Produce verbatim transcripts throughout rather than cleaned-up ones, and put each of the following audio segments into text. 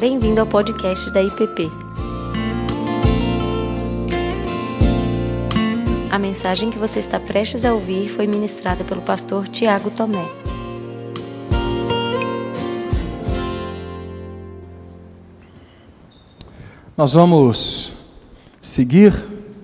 Bem-vindo ao podcast da I P P. A mensagem que você está prestes a ouvir foi ministrada pelo pastor Tiago Tomé. Nós vamos seguir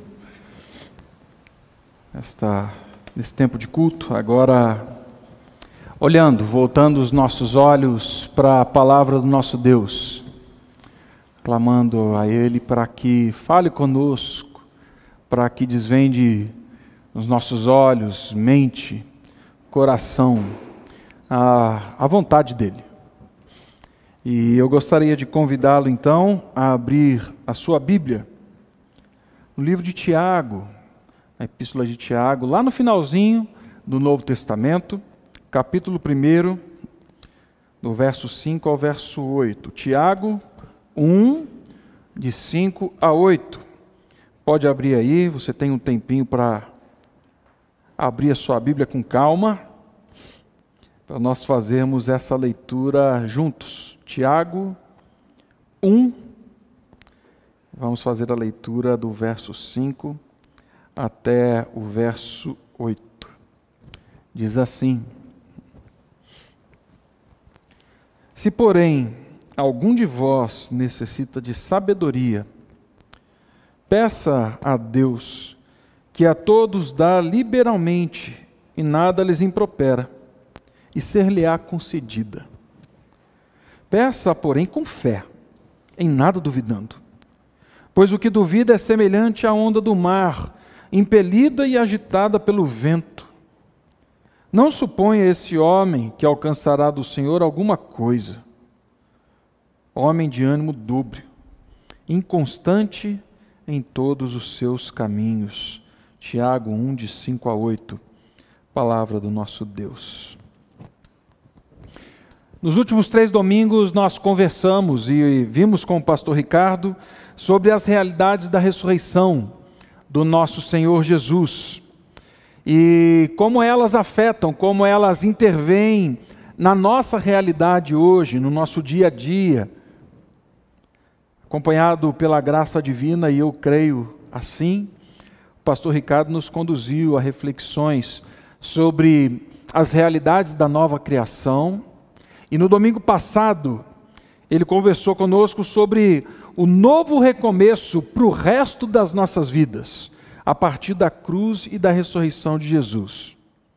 esta, nesse tempo de culto, agora olhando, voltando os nossos olhos para a palavra do nosso Deus, clamando a Ele para que fale conosco, para que desvende nos nossos olhos, mente, coração, a, a vontade dEle. E eu gostaria de convidá-lo então a abrir a sua Bíblia, no livro de Tiago, a Epístola de Tiago, lá no finalzinho do Novo Testamento, capítulo um, do verso cinco ao verso oito. Tiago um, de cinco a oito. Pode abrir aí, você tem um tempinho para abrir a sua Bíblia com calma, para nós fazermos essa leitura juntos. Tiago um, vamos fazer a leitura do verso cinco até o verso oito. Diz assim: Se, porém, algum de vós necessita de sabedoria, peça a Deus, que a todos dá liberalmente e nada lhes impropera, e ser-lhe-á concedida. Peça, porém, com fé, em nada duvidando. Pois o que duvida é semelhante à onda do mar, impelida e agitada pelo vento. Não suponha esse homem que alcançará do Senhor alguma coisa. Homem de ânimo dúbio, inconstante em todos os seus caminhos. Tiago um, de cinco a oito, palavra do nosso Deus. Nos últimos três domingos nós conversamos e vimos com o pastor Ricardo sobre as realidades da ressurreição do nosso Senhor Jesus e como elas afetam, como elas intervêm na nossa realidade hoje, no nosso dia a dia. Acompanhado pela graça divina, e eu creio assim, o pastor Ricardo nos conduziu a reflexões sobre as realidades da nova criação. E no domingo passado, ele conversou conosco sobre o novo recomeço para o resto das nossas vidas, a partir da cruz e da ressurreição de Jesus.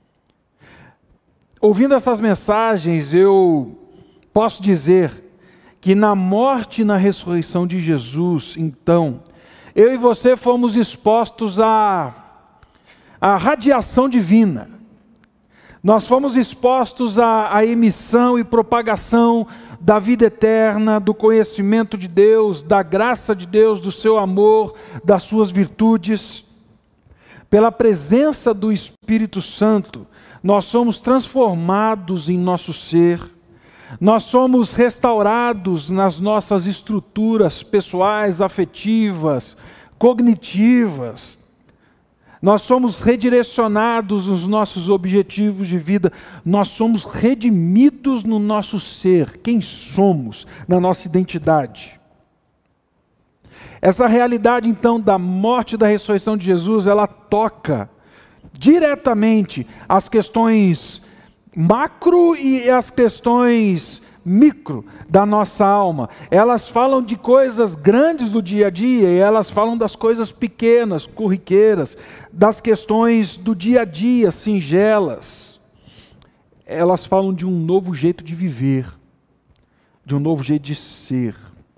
Ouvindo essas mensagens, eu posso dizer que na morte e na ressurreição de Jesus, então, eu e você fomos expostos à, à radiação divina. Nós fomos expostos à, à emissão e propagação da vida eterna, do conhecimento de Deus, da graça de Deus, do seu amor, das suas virtudes. Pela presença do Espírito Santo, nós somos transformados em nosso ser. Nós somos restaurados nas nossas estruturas pessoais, afetivas, cognitivas. Nós somos redirecionados nos nossos objetivos de vida. Nós somos redimidos no nosso ser, quem somos, na nossa identidade. Essa realidade, então, da morte e da ressurreição de Jesus, ela toca diretamente as questões macro e as questões micro da nossa alma. Elas falam de coisas grandes do dia a dia e elas falam das coisas pequenas, corriqueiras, das questões do dia a dia, singelas. Elas falam de um novo jeito de viver, de um novo jeito de ser.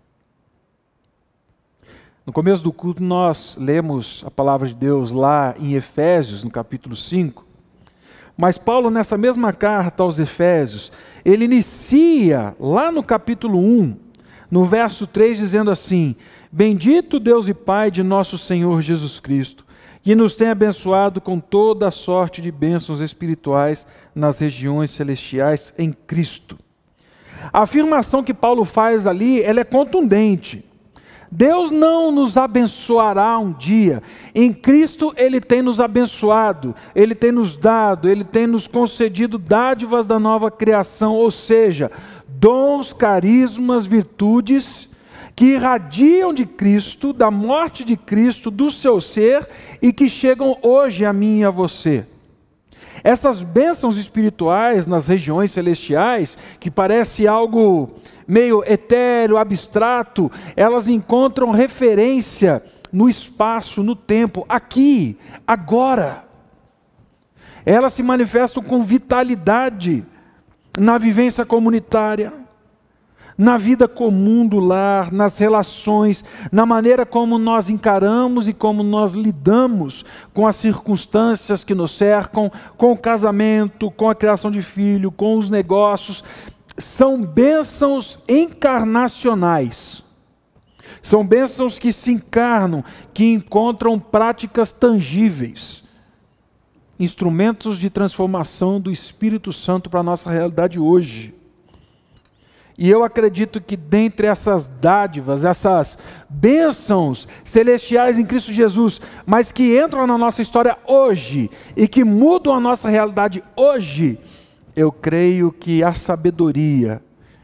No começo do culto nós lemos a palavra de Deus lá em Efésios, no capítulo cinco. Mas Paulo, nessa mesma carta aos Efésios, ele inicia lá no capítulo um, no verso três, dizendo assim: Bendito Deus e Pai de nosso Senhor Jesus Cristo, que nos tem abençoado com toda a sorte de bênçãos espirituais nas regiões celestiais em Cristo. A afirmação que Paulo faz ali, ela é contundente. Deus não nos abençoará um dia. Em Cristo Ele tem nos abençoado, Ele tem nos dado, Ele tem nos concedido dádivas da nova criação, ou seja, dons, carismas, virtudes que irradiam de Cristo, da morte de Cristo, do seu ser e que chegam hoje a mim e a você. Essas bênçãos espirituais nas regiões celestiais, que parece algo meio etéreo, abstrato, elas encontram referência no espaço, no tempo, aqui, agora. Elas se manifestam com vitalidade na vivência comunitária, na vida comum do lar, nas relações, na maneira como nós encaramos e como nós lidamos com as circunstâncias que nos cercam, com o casamento, com a criação de filho, com os negócios. São bênçãos encarnacionais. São bênçãos que se encarnam, que encontram práticas tangíveis. Instrumentos de transformação do Espírito Santo para a nossa realidade hoje. E eu acredito que dentre essas dádivas, essas bênçãos celestiais em Cristo Jesus, mas que entram na nossa história hoje e que mudam a nossa realidade hoje, eu creio que a sabedoria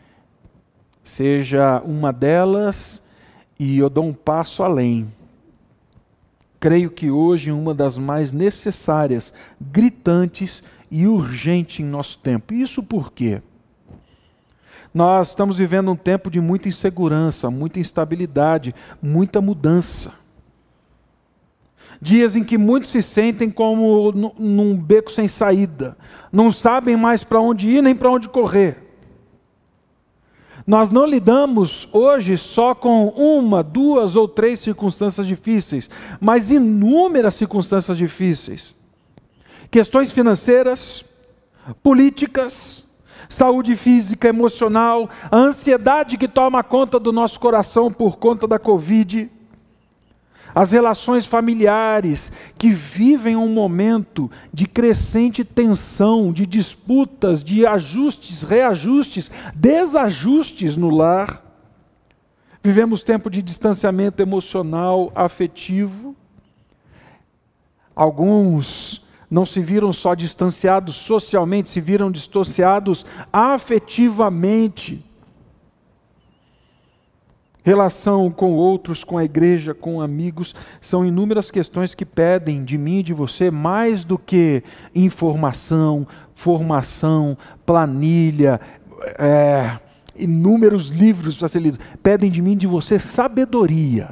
seja uma delas, e eu dou um passo além. Creio que hoje uma das mais necessárias, gritantes e urgentes em nosso tempo. Isso por quê? Nós estamos vivendo um tempo de muita insegurança, muita instabilidade, muita mudança. Dias em que muitos se sentem como num beco sem saída. Não sabem mais para onde ir nem para onde correr. Nós não lidamos hoje só com uma, duas ou três circunstâncias difíceis, mas inúmeras circunstâncias difíceis. Questões financeiras, políticas, saúde física, emocional, a ansiedade que toma conta do nosso coração por conta da Covid, as relações familiares que vivem um momento de crescente tensão, de disputas, de ajustes, reajustes, desajustes no lar. Vivemos tempo de distanciamento emocional, afetivo. Alguns não se viram só distanciados socialmente, se viram distanciados afetivamente. Relação com outros, com a igreja, com amigos, são inúmeras questões que pedem de mim e de você mais do que informação, formação, planilha, é, inúmeros livros para ser lidos. Pedem de mim e de você sabedoria.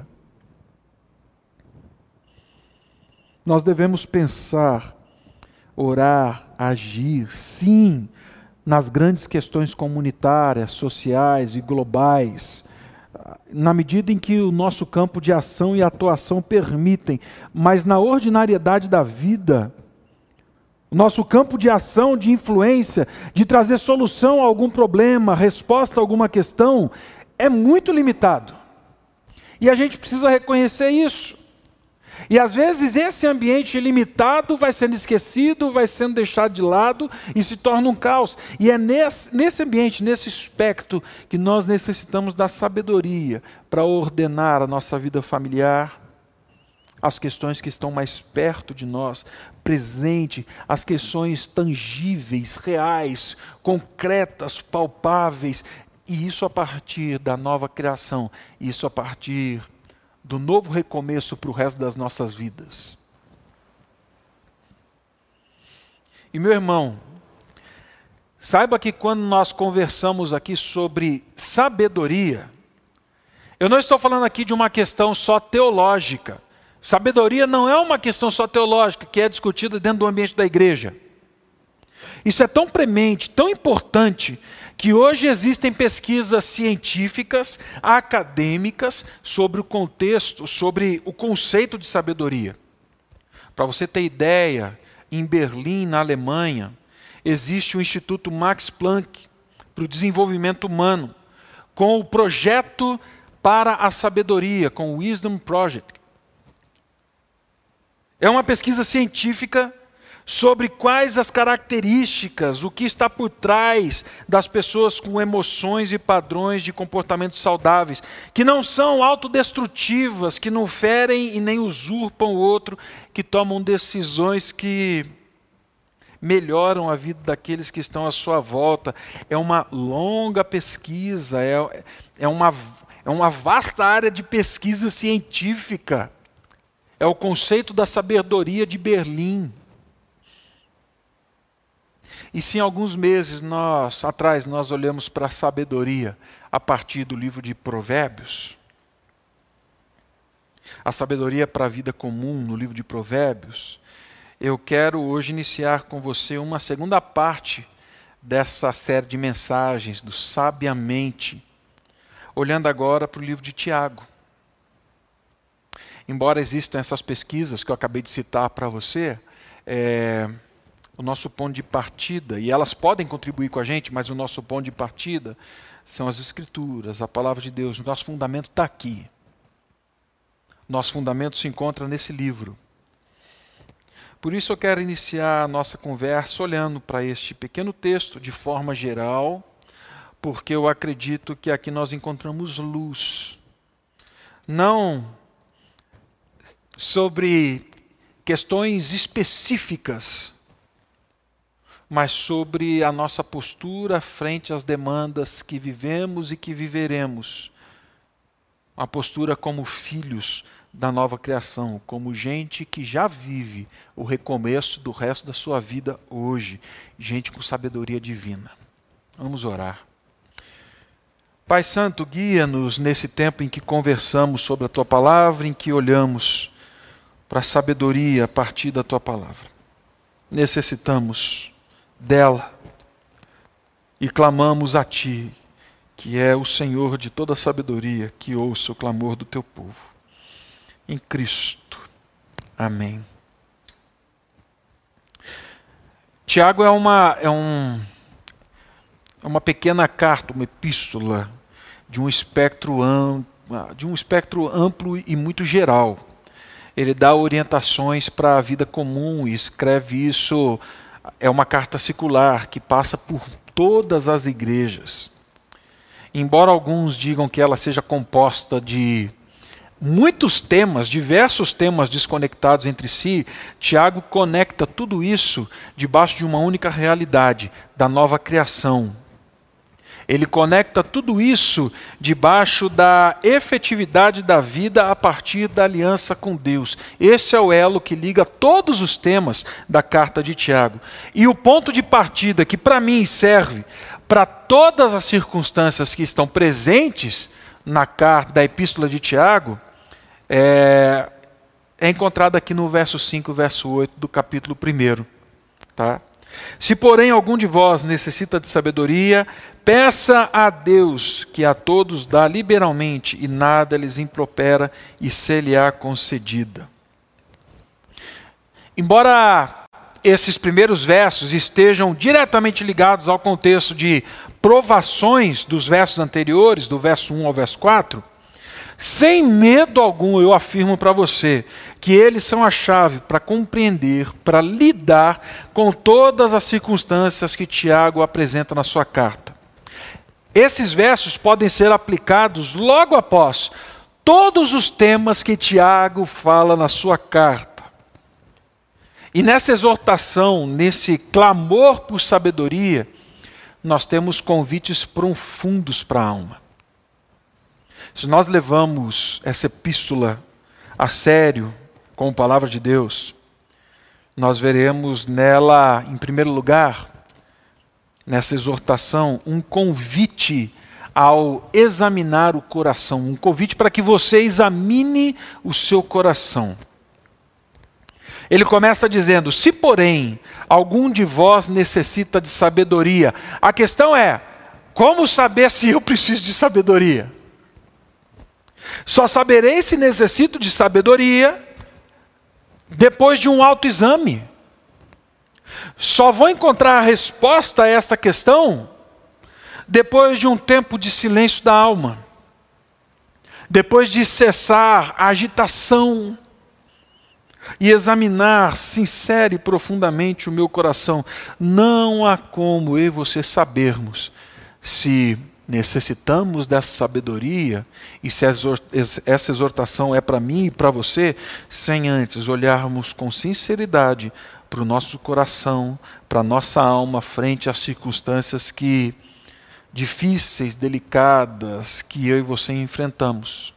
Nós devemos pensar, orar, agir, sim, nas grandes questões comunitárias, sociais e globais, na medida em que o nosso campo de ação e atuação permitem, mas na ordinariedade da vida, o nosso campo de ação, de influência, de trazer solução a algum problema, resposta a alguma questão, é muito limitado. E a gente precisa reconhecer isso. E às vezes esse ambiente limitado vai sendo esquecido, vai sendo deixado de lado e se torna um caos. E é nesse, nesse ambiente, nesse aspecto, que nós necessitamos da sabedoria para ordenar a nossa vida familiar, as questões que estão mais perto de nós, presente, as questões tangíveis, reais, concretas, palpáveis. E isso a partir da nova criação, isso a partir do novo recomeço para o resto das nossas vidas. E meu irmão, saiba que quando nós conversamos aqui sobre sabedoria, eu não estou falando aqui de uma questão só teológica. Sabedoria não é uma questão só teológica que é discutida dentro do ambiente da igreja. Isso é tão premente, tão importante, que hoje existem pesquisas científicas, acadêmicas, sobre o contexto, sobre o conceito de sabedoria. Para você ter ideia, em Berlim, na Alemanha, existe o Instituto Max Planck para o Desenvolvimento Humano, com o projeto para a sabedoria, com o Wisdom Project. É uma pesquisa científica sobre quais as características, o que está por trás das pessoas com emoções e padrões de comportamentos saudáveis, que não são autodestrutivas, que não ferem e nem usurpam o outro, que tomam decisões que melhoram a vida daqueles que estão à sua volta. É uma longa pesquisa, é, é, uma, é uma vasta área de pesquisa científica. É o conceito da sabedoria de Berlim. E se em alguns meses nós, atrás nós olhamos para a sabedoria a partir do livro de Provérbios, a sabedoria para a vida comum no livro de Provérbios, eu quero hoje iniciar com você uma segunda parte dessa série de mensagens do Sabiamente, olhando agora para o livro de Tiago. Embora existam essas pesquisas que eu acabei de citar para você, é, o nosso ponto de partida, e elas podem contribuir com a gente, mas o nosso ponto de partida são as Escrituras, a Palavra de Deus. O nosso fundamento está aqui. Nosso fundamento se encontra nesse livro. Por isso eu quero iniciar a nossa conversa olhando para este pequeno texto de forma geral, porque eu acredito que aqui nós encontramos luz. Não sobre questões específicas, mas sobre a nossa postura frente às demandas que vivemos e que viveremos. Uma postura como filhos da nova criação, como gente que já vive o recomeço do resto da sua vida hoje, gente com sabedoria divina. Vamos orar. Pai Santo, guia-nos nesse tempo em que conversamos sobre a Tua Palavra, em que olhamos para a sabedoria a partir da Tua Palavra. Necessitamos dela e clamamos a Ti, que é o Senhor de toda a sabedoria, que ouça o clamor do Teu povo. Em Cristo. Amém. Tiago é uma, é um, é uma pequena carta, uma epístola de um espectro amplo, de um espectro amplo e muito geral. Ele dá orientações para a vida comum e escreve isso. É uma carta circular que passa por todas as igrejas. Embora alguns digam que ela seja composta de muitos temas, diversos temas desconectados entre si, Tiago conecta tudo isso debaixo de uma única realidade, da nova criação. Ele conecta tudo isso debaixo da efetividade da vida a partir da aliança com Deus. Esse é o elo que liga todos os temas da carta de Tiago. E o ponto de partida que para mim serve para todas as circunstâncias que estão presentes na carta da epístola de Tiago é, é encontrado aqui no verso cinco, verso oito do capítulo primeiro. Tá? Se, porém, algum de vós necessita de sabedoria, peça a Deus, que a todos dá liberalmente, e nada lhes impropera, e ser-lhe-á concedida. Embora esses primeiros versos estejam diretamente ligados ao contexto de provações dos versos anteriores, do verso um ao verso quatro, sem medo algum eu afirmo para você que eles são a chave para compreender, para lidar com todas as circunstâncias que Tiago apresenta na sua carta. Esses versos podem ser aplicados logo após todos os temas que Tiago fala na sua carta. E nessa exortação, nesse clamor por sabedoria, nós temos convites profundos para a alma. Se nós levamos essa epístola a sério, como palavra de Deus, nós veremos nela, em primeiro lugar, nessa exortação, um convite ao examinar o coração, um convite para que você examine o seu coração. Ele começa dizendo: se porém algum de vós necessita de sabedoria. A questão é, como saber se eu preciso de sabedoria? Só saberei se necessito de sabedoria depois de um autoexame. Só vou encontrar a resposta a esta questão depois de um tempo de silêncio da alma. Depois de cessar a agitação, e examinar sincera e profundamente o meu coração. Não há como eu e você sabermos se necessitamos dessa sabedoria e se essa exortação é para mim e para você, sem antes olharmos com sinceridade para o nosso coração, para a nossa alma, frente às circunstâncias que difíceis, delicadas, que eu e você enfrentamos.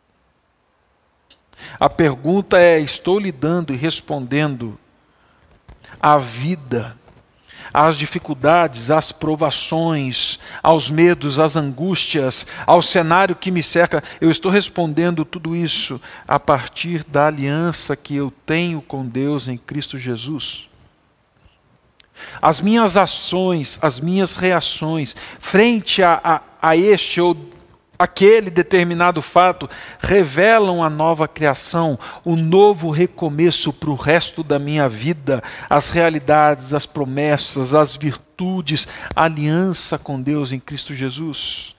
A pergunta é: estou lidando e respondendo à vida, às dificuldades, às provações, aos medos, às angústias, ao cenário que me cerca? Eu estou respondendo tudo isso a partir da aliança que eu tenho com Deus em Cristo Jesus? As minhas ações, as minhas reações frente a, a, a este ou aquele determinado fato revelam a nova criação, o novo recomeço para o resto da minha vida, as realidades, as promessas, as virtudes, a aliança com Deus em Cristo Jesus.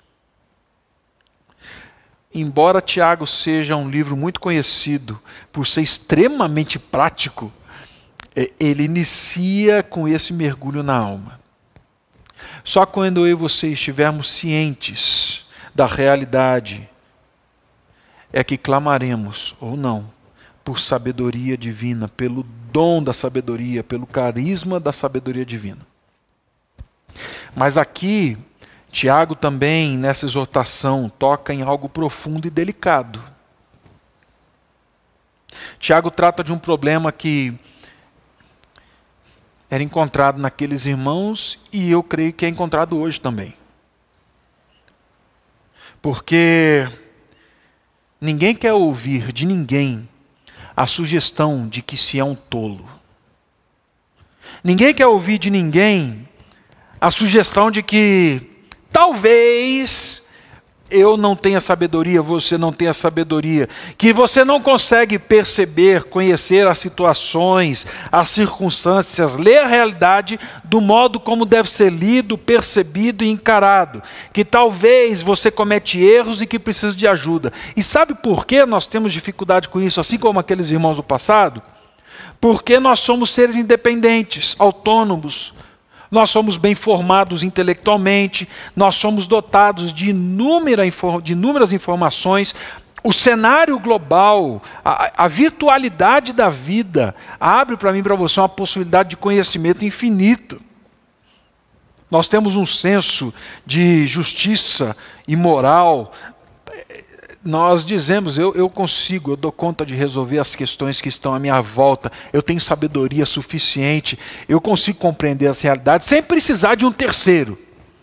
Embora Tiago seja um livro muito conhecido por ser extremamente prático, ele inicia com esse mergulho na alma. Só quando eu e você estivermos cientes da realidade é que clamaremos, ou não, por sabedoria divina, pelo dom da sabedoria, pelo carisma da sabedoria divina. Mas aqui, Tiago também, nessa exortação, toca em algo profundo e delicado. Tiago trata de um problema que era encontrado naqueles irmãos e eu creio que é encontrado hoje também. Porque ninguém quer ouvir de ninguém a sugestão de que se é um tolo. Ninguém quer ouvir de ninguém a sugestão de que talvez eu não tenha sabedoria, você não tenha sabedoria, que você não consegue perceber, conhecer as situações, as circunstâncias, ler a realidade do modo como deve ser lido, percebido e encarado, que talvez você comete erros e que precisa de ajuda. E sabe por que nós temos dificuldade com isso, assim como aqueles irmãos do passado? Porque nós somos seres independentes, autônomos. Nós somos bem formados intelectualmente, nós somos dotados de, inúmera, de inúmeras informações. O cenário global, a, a virtualidade da vida, abre para mim e para você uma possibilidade de conhecimento infinito. Nós temos um senso de justiça e moral. Nós dizemos, eu, eu consigo, eu dou conta de resolver as questões que estão à minha volta, eu tenho sabedoria suficiente, eu consigo compreender as realidades sem precisar de um terceiro.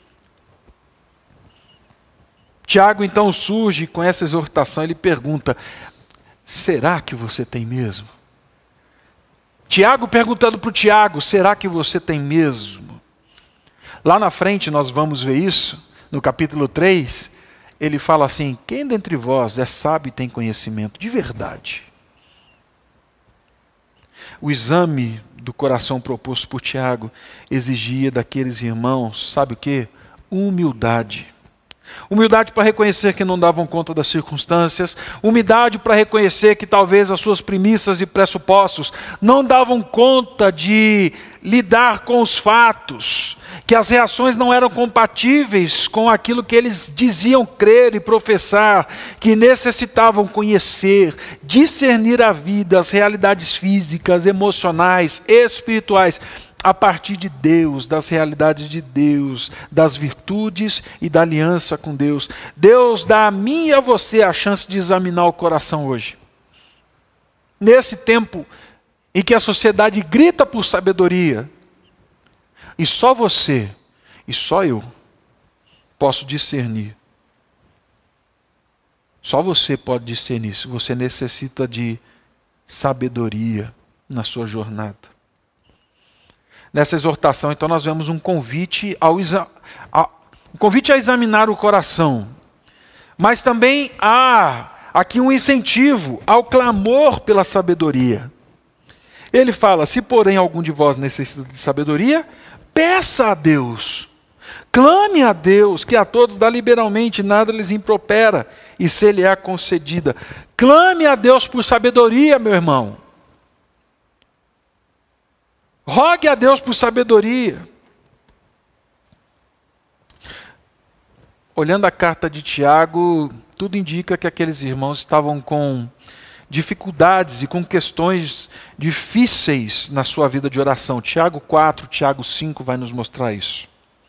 Tiago então surge com essa exortação, ele pergunta: será que você tem mesmo? Tiago perguntando para o Tiago: será que você tem mesmo? Lá na frente nós vamos ver isso, no capítulo três, ele fala assim: quem dentre vós é sábio e tem conhecimento de verdade? O exame do coração proposto por Tiago exigia daqueles irmãos, sabe o quê? Humildade. Humildade para reconhecer que não davam conta das circunstâncias, humildade para reconhecer que talvez as suas premissas e pressupostos não davam conta de lidar com os fatos, que as reações não eram compatíveis com aquilo que eles diziam crer e professar, que necessitavam conhecer, discernir a vida, as realidades físicas, emocionais, espirituais, a partir de Deus, das realidades de Deus, das virtudes e da aliança com Deus. Deus dá a mim e a você a chance de examinar o coração hoje. Nesse tempo em que a sociedade grita por sabedoria, e só você, e só eu, posso discernir. Só você pode discernir se você necessita de sabedoria na sua jornada. Nessa exortação, então, nós vemos um convite, ao exa- a, um convite a examinar o coração, mas também há aqui um incentivo ao clamor pela sabedoria. Ele fala: se porém algum de vós necessita de sabedoria, peça a Deus, clame a Deus, que a todos dá liberalmente, nada lhes impropera, e se lhe é concedida. Clame a Deus por sabedoria, meu irmão. Rogue a Deus por sabedoria. Olhando a carta de Tiago, tudo indica que aqueles irmãos estavam com dificuldades e com questões difíceis na sua vida de oração. Tiago quatro, Tiago cinco vai nos mostrar isso.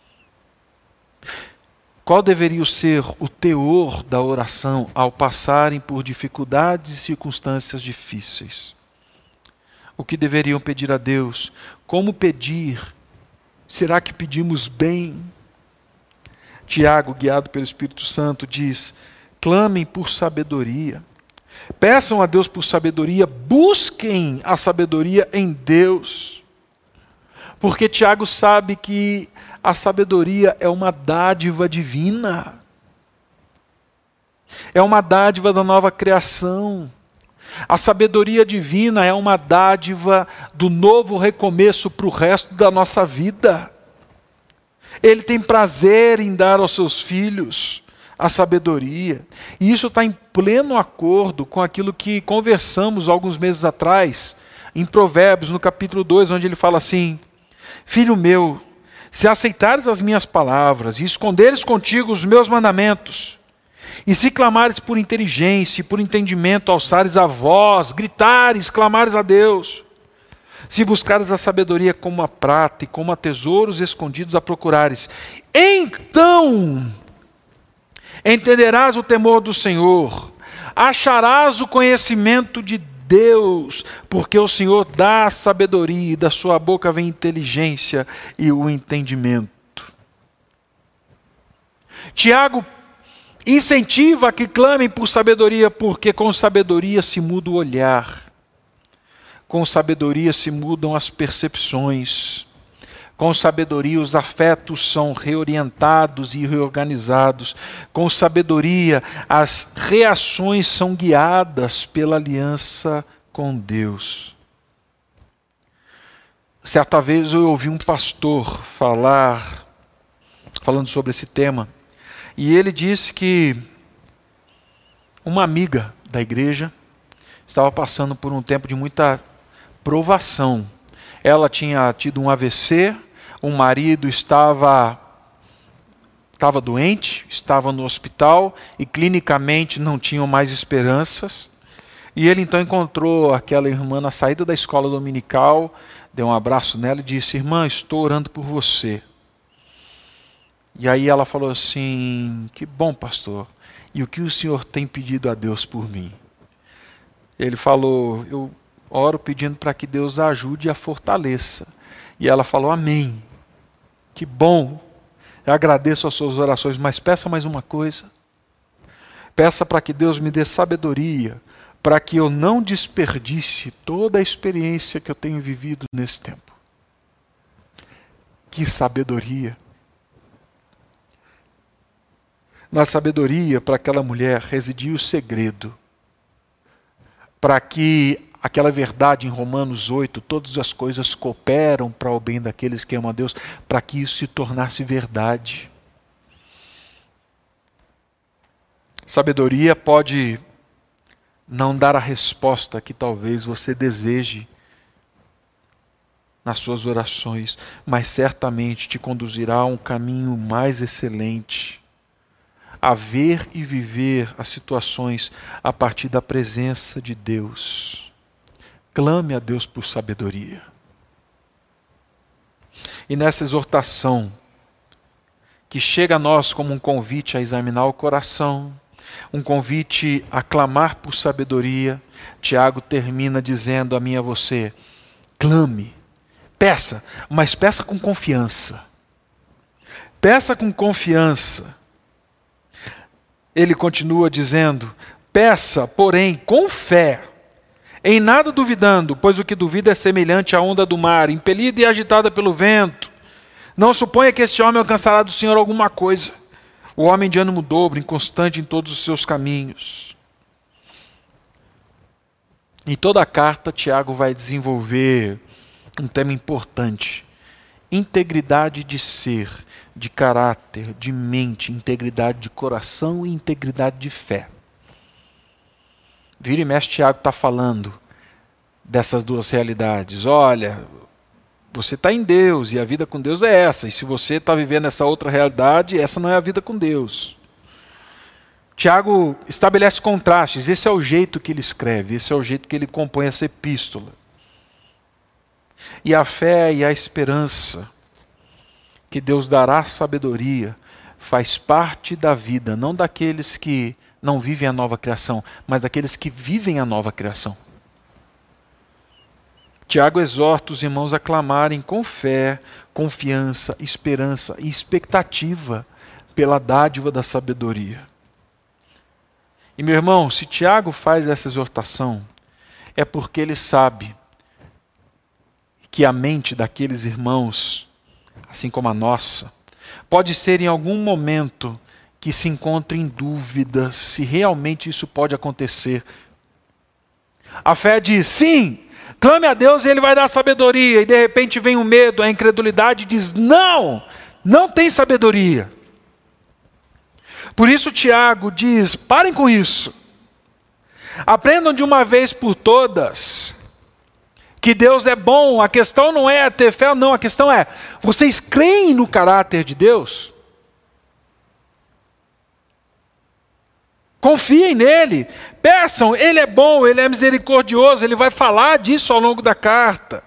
Qual deveria ser o teor da oração ao passarem por dificuldades e circunstâncias difíceis? O que deveriam pedir a Deus? Como pedir? Será que pedimos bem? Tiago, guiado pelo Espírito Santo, diz: clamem por sabedoria. Peçam a Deus por sabedoria, busquem a sabedoria em Deus. Porque Tiago sabe que a sabedoria é uma dádiva divina. É uma dádiva da nova criação. A sabedoria divina é uma dádiva do novo recomeço para o resto da nossa vida. Ele tem prazer em dar aos seus filhos a sabedoria. E isso está em pleno acordo com aquilo que conversamos alguns meses atrás, em Provérbios, no capítulo dois, onde ele fala assim: filho meu, se aceitares as minhas palavras e esconderes contigo os meus mandamentos, e se clamares por inteligência e por entendimento, alçares a voz, gritares, clamares a Deus, se buscares a sabedoria como a prata e como a tesouros escondidos a procurares, então entenderás o temor do Senhor, acharás o conhecimento de Deus, porque o Senhor dá a sabedoria e da sua boca vem inteligência e o entendimento. Tiago incentiva a que clamem por sabedoria, porque com sabedoria se muda o olhar, com sabedoria se mudam as percepções, com sabedoria os afetos são reorientados e reorganizados, com sabedoria as reações são guiadas pela aliança com Deus. Certa vez eu ouvi um pastor falar, falando sobre esse tema, e ele disse que uma amiga da igreja estava passando por um tempo de muita provação. Ela tinha tido um A V C, o marido estava, estava doente, estava no hospital e clinicamente não tinham mais esperanças. E ele então encontrou aquela irmã na saída da escola dominical, deu um abraço nela e disse: irmã, estou orando por você. E aí ela falou assim: que bom, pastor, e o que o senhor tem pedido a Deus por mim? Ele falou: eu oro pedindo para que Deus a ajude e a fortaleça. E ela falou: amém, que bom, eu agradeço as suas orações, mas peça mais uma coisa, peça para que Deus me dê sabedoria, para que eu não desperdice toda a experiência que eu tenho vivido nesse tempo. Que sabedoria! Na sabedoria, para aquela mulher residia o segredo, para que aquela verdade em Romanos oito, todas as coisas cooperam para o bem daqueles que amam a Deus, para que isso se tornasse verdade. Sabedoria pode não dar a resposta que talvez você deseje nas suas orações, mas certamente te conduzirá a um caminho mais excelente, a ver e viver as situações a partir da presença de Deus. Clame a Deus por sabedoria. E nessa exortação, que chega a nós como um convite a examinar o coração, um convite a clamar por sabedoria, Tiago termina dizendo a mim e a você: clame, peça, mas peça com confiança. Peça com confiança. Ele continua dizendo: peça, porém, com fé, em nada duvidando, pois o que duvida é semelhante à onda do mar, impelida e agitada pelo vento. Não suponha que este homem alcançará do Senhor alguma coisa. O homem de ânimo dobro, inconstante em todos os seus caminhos. Em toda a carta, Tiago vai desenvolver um tema importante: integridade de ser, de caráter, de mente, integridade de coração e integridade de fé. Vira e mexe, Tiago está falando dessas duas realidades. Olha, Você está em Deus e a vida com Deus é essa. E se você está vivendo essa outra realidade, essa não é a vida com Deus. Tiago estabelece contrastes. Esse é o jeito que ele escreve, esse é o jeito que ele compõe essa epístola. E a fé e a esperança que Deus dará sabedoria faz parte da vida, não daqueles que não vivem a nova criação, mas daqueles que vivem a nova criação. Tiago exorta os irmãos a clamarem com fé, confiança, esperança e expectativa pela dádiva da sabedoria. E meu irmão, se Tiago faz essa exortação, é porque ele sabe que a mente daqueles irmãos, assim como a nossa, pode ser em algum momento que se encontre em dúvida se realmente isso pode acontecer. A fé diz, sim, clame a Deus e Ele vai dar sabedoria. E de repente vem o medo, a incredulidade diz, não, não tem sabedoria. Por isso Tiago diz, parem com isso. Aprendam de uma vez por todas que Deus é bom. A questão não é ter fé, não. A questão é, vocês creem no caráter de Deus? Confiem nele, peçam, ele é bom, ele é misericordioso, ele vai falar disso ao longo da carta.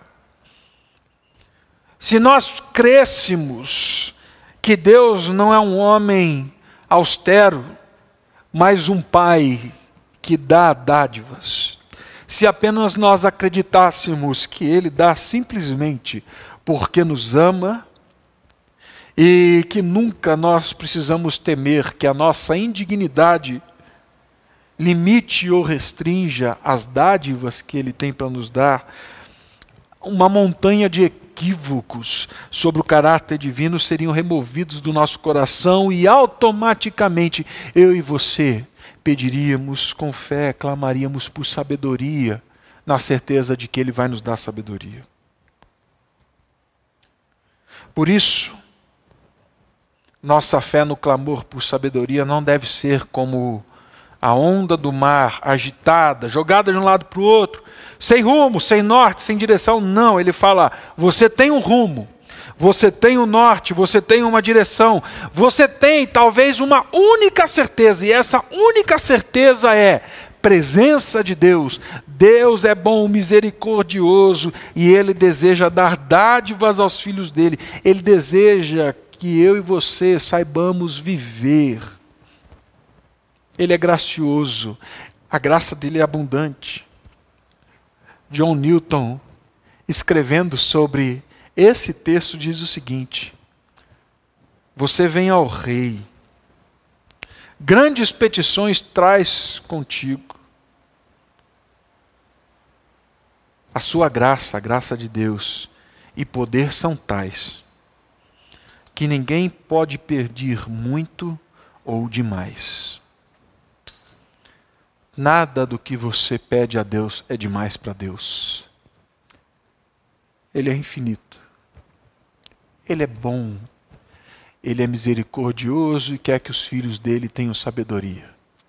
Se nós crêssemos que Deus não é um homem austero, mas um pai que dá dádivas, se apenas nós acreditássemos que ele dá simplesmente porque nos ama, e que nunca nós precisamos temer que a nossa indignidade limite ou restrinja as dádivas que Ele tem para nos dar, uma montanha de equívocos sobre o caráter divino seriam removidos do nosso coração e automaticamente eu e você pediríamos com fé, clamaríamos por sabedoria, na certeza de que Ele vai nos dar sabedoria. Por isso, nossa fé no clamor por sabedoria não deve ser como a onda do mar, agitada, jogada de um lado para o outro, sem rumo, sem norte, sem direção. Não, ele fala, você tem um rumo, você tem um norte, você tem uma direção, você tem talvez uma única certeza, e essa única certeza é presença de Deus. Deus é bom, misericordioso, e Ele deseja dar dádivas aos filhos dele. Ele deseja que eu e você saibamos viver. Ele é gracioso, a graça dele é abundante. John Newton, escrevendo sobre esse texto, diz o seguinte: você vem ao rei, grandes petições traz contigo. A sua graça, a graça de Deus e poder são tais, que ninguém pode pedir muito ou demais. Nada do que você pede a Deus é demais para Deus. Ele é infinito. Ele é bom. Ele é misericordioso e quer que os filhos dele tenham sabedoria.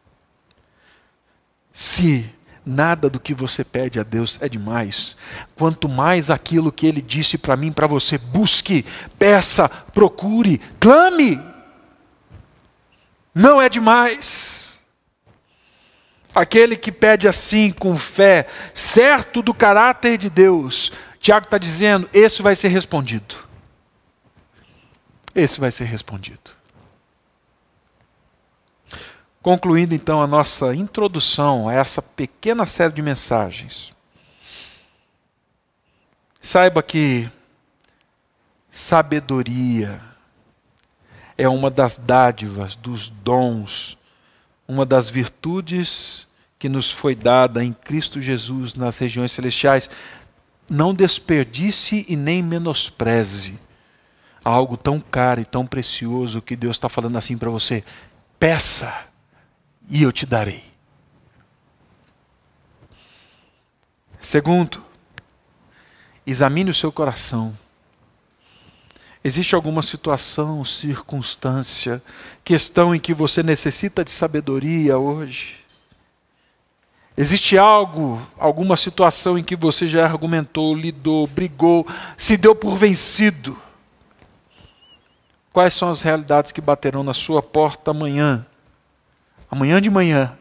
Se nada do que você pede a Deus é demais, quanto mais aquilo que Ele disse para mim, para você, busque, peça, procure, clame. Não é demais. Aquele que pede assim com fé, certo do caráter de Deus, Tiago está dizendo, esse vai ser respondido. Esse vai ser respondido. Concluindo então a nossa introdução a essa pequena série de mensagens, saiba que sabedoria é uma das dádivas, dos dons, uma das virtudes que nos foi dada em Cristo Jesus nas regiões celestiais. Não desperdice e nem menospreze algo tão caro e tão precioso que Deus está falando assim para você. Peça e eu te darei. Segundo, examine o seu coração. Existe alguma situação, circunstância, questão em que você necessita de sabedoria hoje? Existe algo, alguma situação em que você já argumentou, lidou, brigou, se deu por vencido? Quais são as realidades que baterão na sua porta amanhã, amanhã de manhã,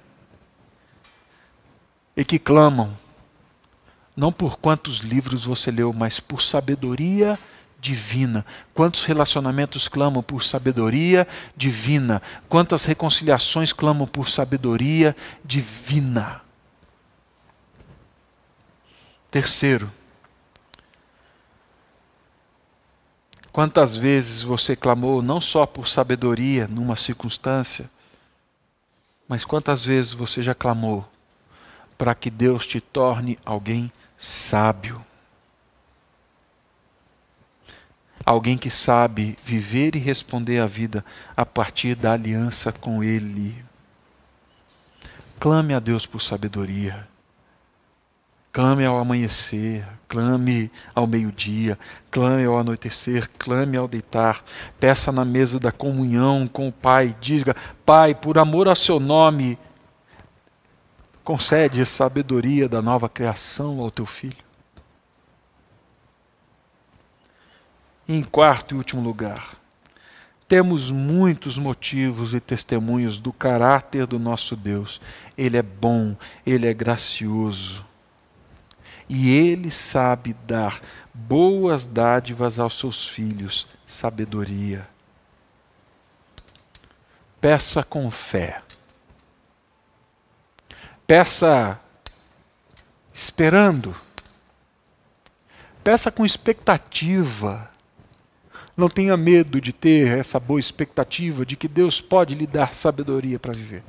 e que clamam, não por quantos livros você leu, mas por sabedoria divina? Quantos relacionamentos clamam por sabedoria divina? Quantas reconciliações clamam por sabedoria divina? Terceiro, quantas vezes você clamou não só por sabedoria numa circunstância, mas quantas vezes você já clamou para que Deus te torne alguém sábio? Alguém que sabe viver e responder à vida a partir da aliança com Ele. Clame a Deus por sabedoria. Clame ao amanhecer, clame ao meio-dia, clame ao anoitecer, clame ao deitar. Peça na mesa da comunhão com o Pai. Diga: Pai, por amor ao seu nome, concede a sabedoria da nova criação ao teu filho. E em quarto e último lugar, temos muitos motivos e testemunhos do caráter do nosso Deus. Ele é bom, Ele é gracioso. E Ele sabe dar boas dádivas aos seus filhos, sabedoria. Peça com fé. Peça esperando. Peça com expectativa. Não tenha medo de ter essa boa expectativa de que Deus pode lhe dar sabedoria para viver.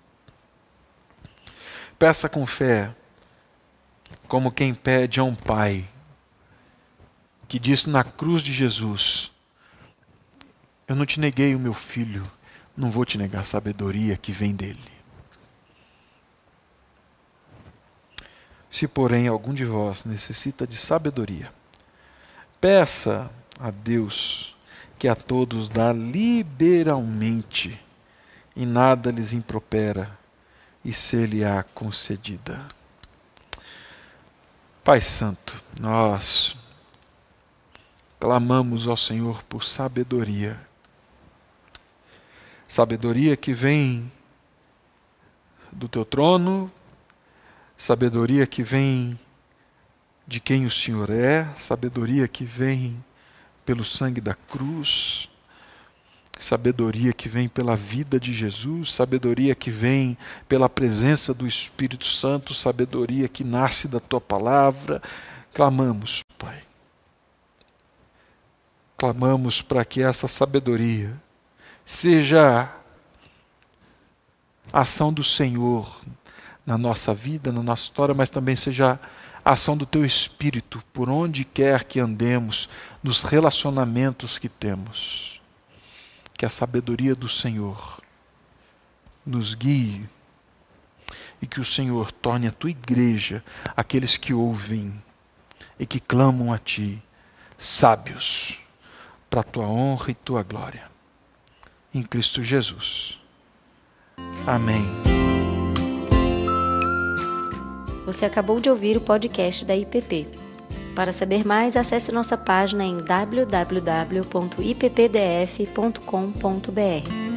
Peça com fé, como quem pede a um pai que disse na cruz de Jesus: eu não te neguei o meu filho, não vou te negar a sabedoria que vem dele. Se, porém, algum de vós necessita de sabedoria, peça a Deus, que a todos dá liberalmente, e nada lhes impropera, e ser-lhe-á concedida. Pai Santo, nós clamamos ao Senhor por sabedoria. Sabedoria que vem do teu trono, sabedoria que vem de quem o Senhor é, sabedoria que vem pelo sangue da cruz, sabedoria que vem pela vida de Jesus, sabedoria que vem pela presença do Espírito Santo, sabedoria que nasce da Tua Palavra. Clamamos, Pai. Clamamos para que essa sabedoria seja a ação do Senhor na nossa vida, na nossa história, mas também seja a ação do Teu Espírito por onde quer que andemos, nos relacionamentos que temos. Que a sabedoria do Senhor nos guie e que o Senhor torne a Tua igreja, aqueles que ouvem e que clamam a Ti, sábios, para a Tua honra e Tua glória. Em Cristo Jesus. Amém. Você acabou de ouvir o podcast da I P P. Para saber mais, acesse nossa página em w w w ponto i p p d f ponto com ponto b r.